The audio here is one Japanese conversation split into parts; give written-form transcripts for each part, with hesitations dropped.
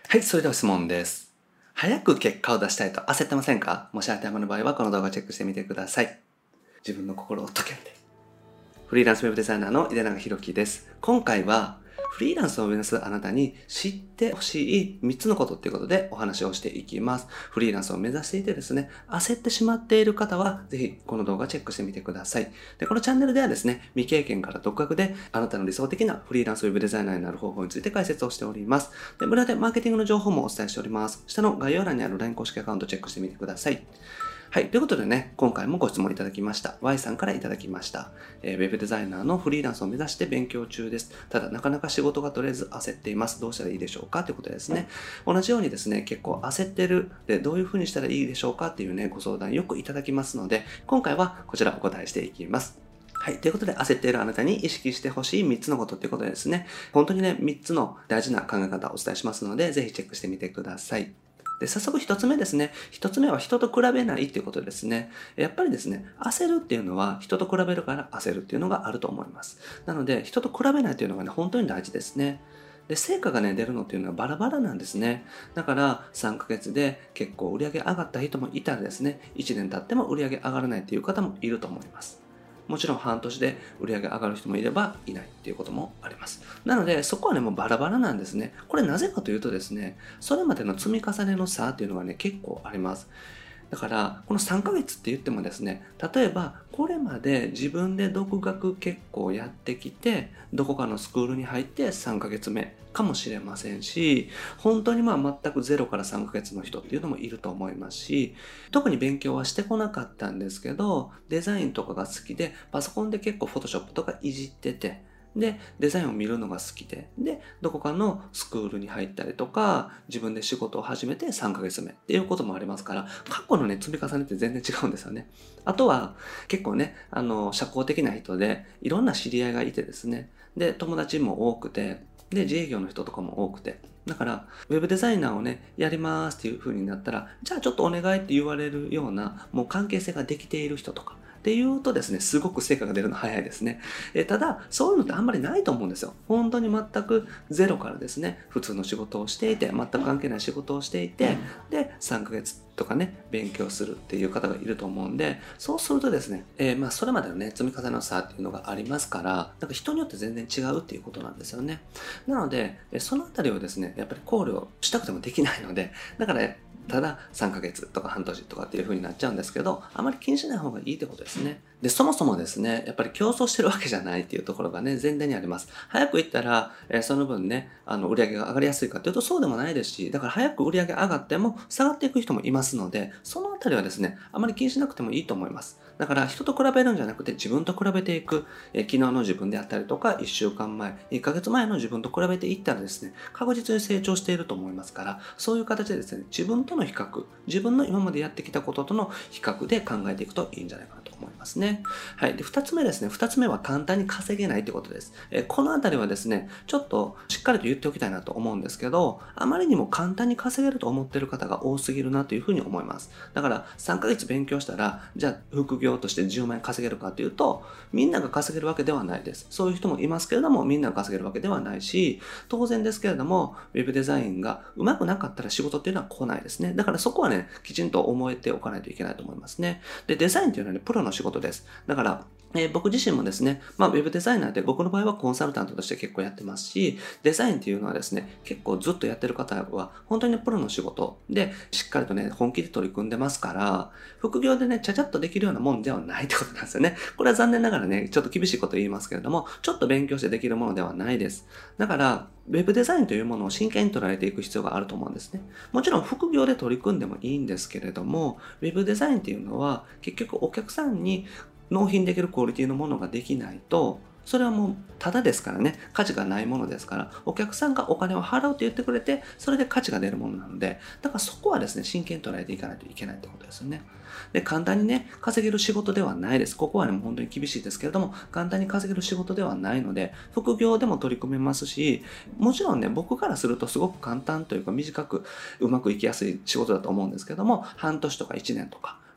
はい、それでは質問です。早く結果を出したいと焦ってませんか？もし当てはまる場合はこの動画をチェックしてみてください。自分の心を解けて。フリーランスウェブデザイナーの井出永弘樹です。今回はフリーランスを目指すあなたに知ってほしい3つのことっていうことでお話をしていきます。フリーランスを目指していてですね、焦ってしまっている方はぜひこの動画をチェックしてみてください。で、このチャンネルではですね、未経験から独学であなたの理想的なフリーランスウェブデザイナーになる方法について解説をしております。で、無料でマーケティングの情報もお伝えしております。下の概要欄にある LINE 公式アカウントをチェックしてみてください。はい。ということでね、今回もご質問いただきました。Y さんからいただきました。ウェブデザイナーのフリーランスを目指して勉強中です。ただ、なかなか仕事が取れず焦っています。どうしたらいいでしょうかということですね。同じようにですね、結構焦ってる。で、どういうふうにしたらいいでしょうかっていうね、ご相談よくいただきますので、今回はこちらお答えしていきます。はい。ということで、焦っているあなたに意識してほしい3つのことっていうことでですね、本当にね、3つの大事な考え方をお伝えしますので、ぜひチェックしてみてください。で、早速一つ目ですね。一つ目は人と比べないっていうことですね。やっぱりですね、焦るっていうのは人と比べるから焦るっていうのがあると思います。なので、人と比べないっていうのがね、本当に大事ですね。で、成果がね、出るのっていうのはバラバラなんですね。だから、3ヶ月で結構売り上げ上がった人もいたらですね、1年経っても売り上げ上がらないっていう方もいると思います。もちろん半年で売り上げ上がる人もいればいないっていうこともあります。なので、そこはね、もうバラバラなんですね。これなぜかというとですね、それまでの積み重ねの差っていうのがね、結構あります。だから、この3ヶ月って言ってもですね、例えば、これまで自分で独学結構やってきて、どこかのスクールに入って3ヶ月目かもしれませんし、本当に全く0から3ヶ月の人っていうのもいると思いますし、特に勉強はしてこなかったんですけど、デザインとかが好きで、パソコンで結構フォトショップとかいじってて、で、デザインを見るのが好きで、で、どこかのスクールに入ったりとか、自分で仕事を始めて3ヶ月目っていうこともありますから、過去のね、積み重ねって全然違うんですよね。あとは、結構ね、社交的な人で、いろんな知り合いがいてですね、で、友達も多くて、で、自営業の人とかも多くて、だから、ウェブデザイナーをね、やりますっていう風になったら、じゃあちょっとお願いって言われるような、もう関係性ができている人とか、っていうとですね、すごく成果が出るの早いですね。ただ、そういうのってあんまりないと思うんですよ。本当に全くゼロからですね、普通の仕事をしていて、全く関係ない仕事をしていて、で、3ヶ月とかね、勉強するっていう方がいると思うんで、そうするとですね、それまでのね、積み重ねの差っていうのがありますから、なんか人によって全然違うっていうことなんですよね。なので、そのあたりをですね、やっぱり考慮したくてもできないので、だから、ただ3ヶ月とか半年とかっていう風になっちゃうんですけど、あまり気にしない方がいいってことですね。で、そもそもですね、やっぱり競争してるわけじゃないっていうところがね、前提にあります。早く行ったら、その分ね、売り上げが上がりやすいかっていうとそうでもないですし、だから早く売り上げ上がっても下がっていく人もいますので、そのあたりはですね、あまり気にしなくてもいいと思います。だから人と比べるんじゃなくて自分と比べていく、昨日の自分であったりとか、1週間前、1ヶ月前の自分と比べていったらですね、確実に成長していると思いますから、そういう形でですね、自分との比較、自分の今までやってきたこととの比較で考えていくといいんじゃないかなと思いますね。はい。で、二つ目ですね。二つ目は簡単に稼げないってことです。このあたりはですね、ちょっとしっかりと言っておきたいなと思うんですけど、あまりにも簡単に稼げると思っている方が多すぎるなというふうに思います。だから3ヶ月勉強したら、じゃあ副業として10万円稼げるかというと、みんなが稼げるわけではないです。そういう人もいますけれども、みんなが稼げるわけではないし、当然ですけれども、ウェブデザインが上手くなかったら仕事っていうのは来ないですね。だからそこはね、きちんと思えておかないといけないと思いますね。で、デザインっていうのはね、プロの仕事です。だから、僕自身もですね、ウェブデザイナーで僕の場合はコンサルタントとして結構やってますし、デザインっていうのはですね、結構ずっとやってる方は本当にプロの仕事でしっかりとね、本気で取り組んでますから、副業でね、ちゃちゃっとできるようなもんではないってことなんですよね。これは残念ながらね、ちょっと厳しいこと言いますけれども、ちょっと勉強してできるものではないです。だから、ウェブデザインというものを真剣に捉えていく必要があると思うんですね。もちろん副業で取り組んでもいいんですけれども、ウェブデザインっていうのは結局お客さんに納品できるクオリティのものができないと、それはもうただですからね、価値がないものですから、お客さんがお金を払うと言ってくれて、それで価値が出るものなので、だからそこはですね、真剣に捉えていかないといけないってことですよね。で、簡単にね、稼げる仕事ではないです。ここはね、もう本当に厳しいですけれども、簡単に稼げる仕事ではないので、副業でも取り組めますし、もちろんね、僕からするとすごく簡単というか短くうまくいきやすい仕事だと思うんですけども、半年とか1年とか、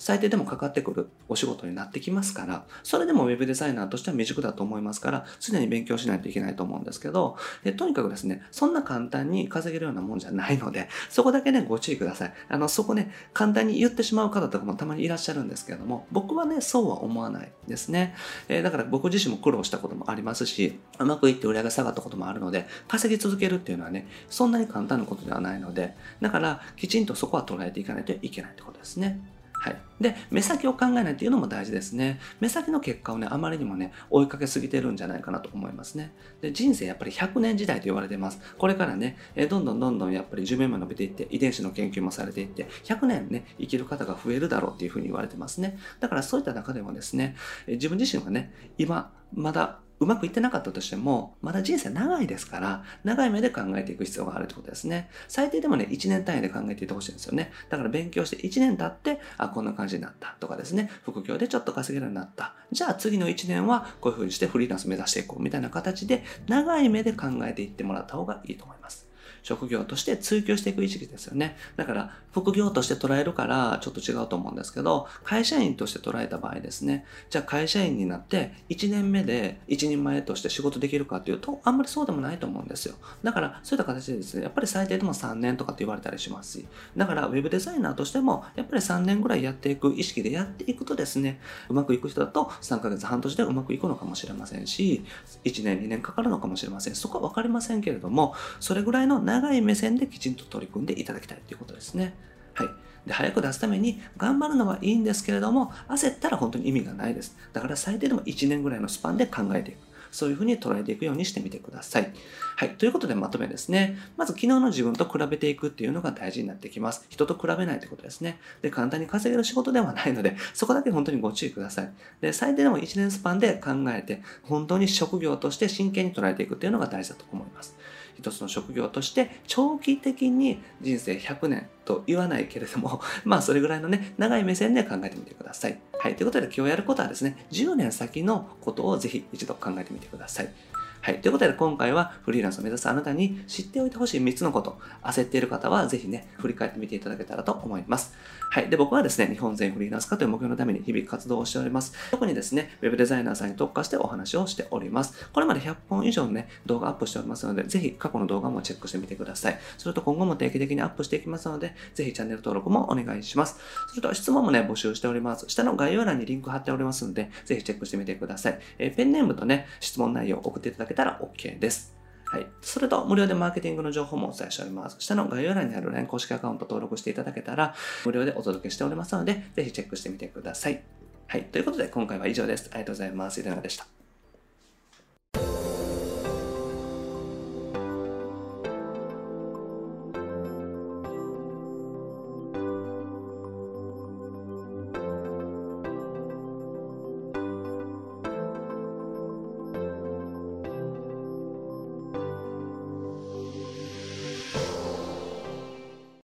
最低でもかかってくるお仕事になってきますから、それでもウェブデザイナーとしては未熟だと思いますから、常に勉強しないといけないと思うんですけど、とにかくですね、そんな簡単に稼げるようなもんじゃないので、そこだけね、ご注意ください。そこね、簡単に言ってしまう方とかもたまにいらっしゃるんですけれども、僕はね、そうは思わないですね。だから僕自身も苦労したこともありますし、うまくいって売り上げが下がったこともあるので、稼ぎ続けるっていうのはね、そんなに簡単なことではないので、だからきちんとそこは捉えていかないといけないってことですね。はい。で、目先を考えないっていうのも大事ですね。目先の結果をね、あまりにもね、追いかけすぎてるんじゃないかなと思いますね。で、人生やっぱり100年時代と言われてます。これからね、どんどんやっぱり寿命も伸びていって、遺伝子の研究もされていって、100年ね、生きる方が増えるだろうっていうふうに言われてますね。だからそういった中でもですね、自分自身はね、今、まだうまくいってなかったとしても、まだ人生長いですから、長い目で考えていく必要があるってことですね。最低でもね、1年単位で考えていってほしいんですよね。だから勉強して1年経って、こんな感じになったとかですね、副業でちょっと稼げるようになった。じゃあ次の1年はこういう風にしてフリーランス目指していこうみたいな形で、長い目で考えていってもらった方がいいと思います。職業として追求していく意識ですよね。だから、副業として捉えるからちょっと違うと思うんですけど、会社員として捉えた場合ですね、じゃあ会社員になって1年目で一人前として仕事できるかっていうと、あんまりそうでもないと思うんですよ。だから、そういった形でですね、やっぱり最低でも3年とかって言われたりしますし、だから、ウェブデザイナーとしても、やっぱり3年ぐらいやっていく意識でやっていくとですね、うまくいく人だと3ヶ月半年でうまくいくのかもしれませんし、1年2年かかるのかもしれません。そこはわかりませんけれども、それぐらいの長い目線できちんと取り組んでいただきたいということですね。はい。で、早く出すために頑張るのはいいんですけれども、焦ったら本当に意味がないです。だから最低でも1年ぐらいのスパンで考えていく。そういうふうに捉えていくようにしてみてください。はい。ということでまとめですね。まず昨日の自分と比べていくっていうのが大事になってきます。人と比べないということですね。で、簡単に稼げる仕事ではないので、そこだけ本当にご注意ください。で、最低でも1年スパンで考えて、本当に職業として真剣に捉えていくっていうのが大事だと思います。一つの職業として長期的に人生100年と言わないけれども、まあそれぐらいのね、長い目線で考えてみてください。はい。ということで今日やることはですね、10年先のことをぜひ一度考えてみてください。はい。ということで今回はフリーランスを目指すあなたに知っておいてほしい3つのこと、焦っている方はぜひね、振り返ってみていただけたらと思います。はい。で、僕はですね、日本全フリーランス化という目標のために日々活動をしております。特にですね、ウェブデザイナーさんに特化してお話をしております。これまで100本以上のね、動画アップしておりますので、ぜひ過去の動画もチェックしてみてください。それと今後も定期的にアップしていきますので、ぜひチャンネル登録もお願いします。それと質問もね、募集しております。下の概要欄にリンク貼っておりますので、ぜひチェックしてみてください。ペンネームとね、質問内容を送っていただけたら OK です。はい。それと、無料でマーケティングの情報もお伝えしております。下の概要欄にある LINE 公式アカウント登録していただけたら、無料でお届けしておりますので、ぜひチェックしてみてください。はい。ということで、今回は以上です。ありがとうございます。井出永でした。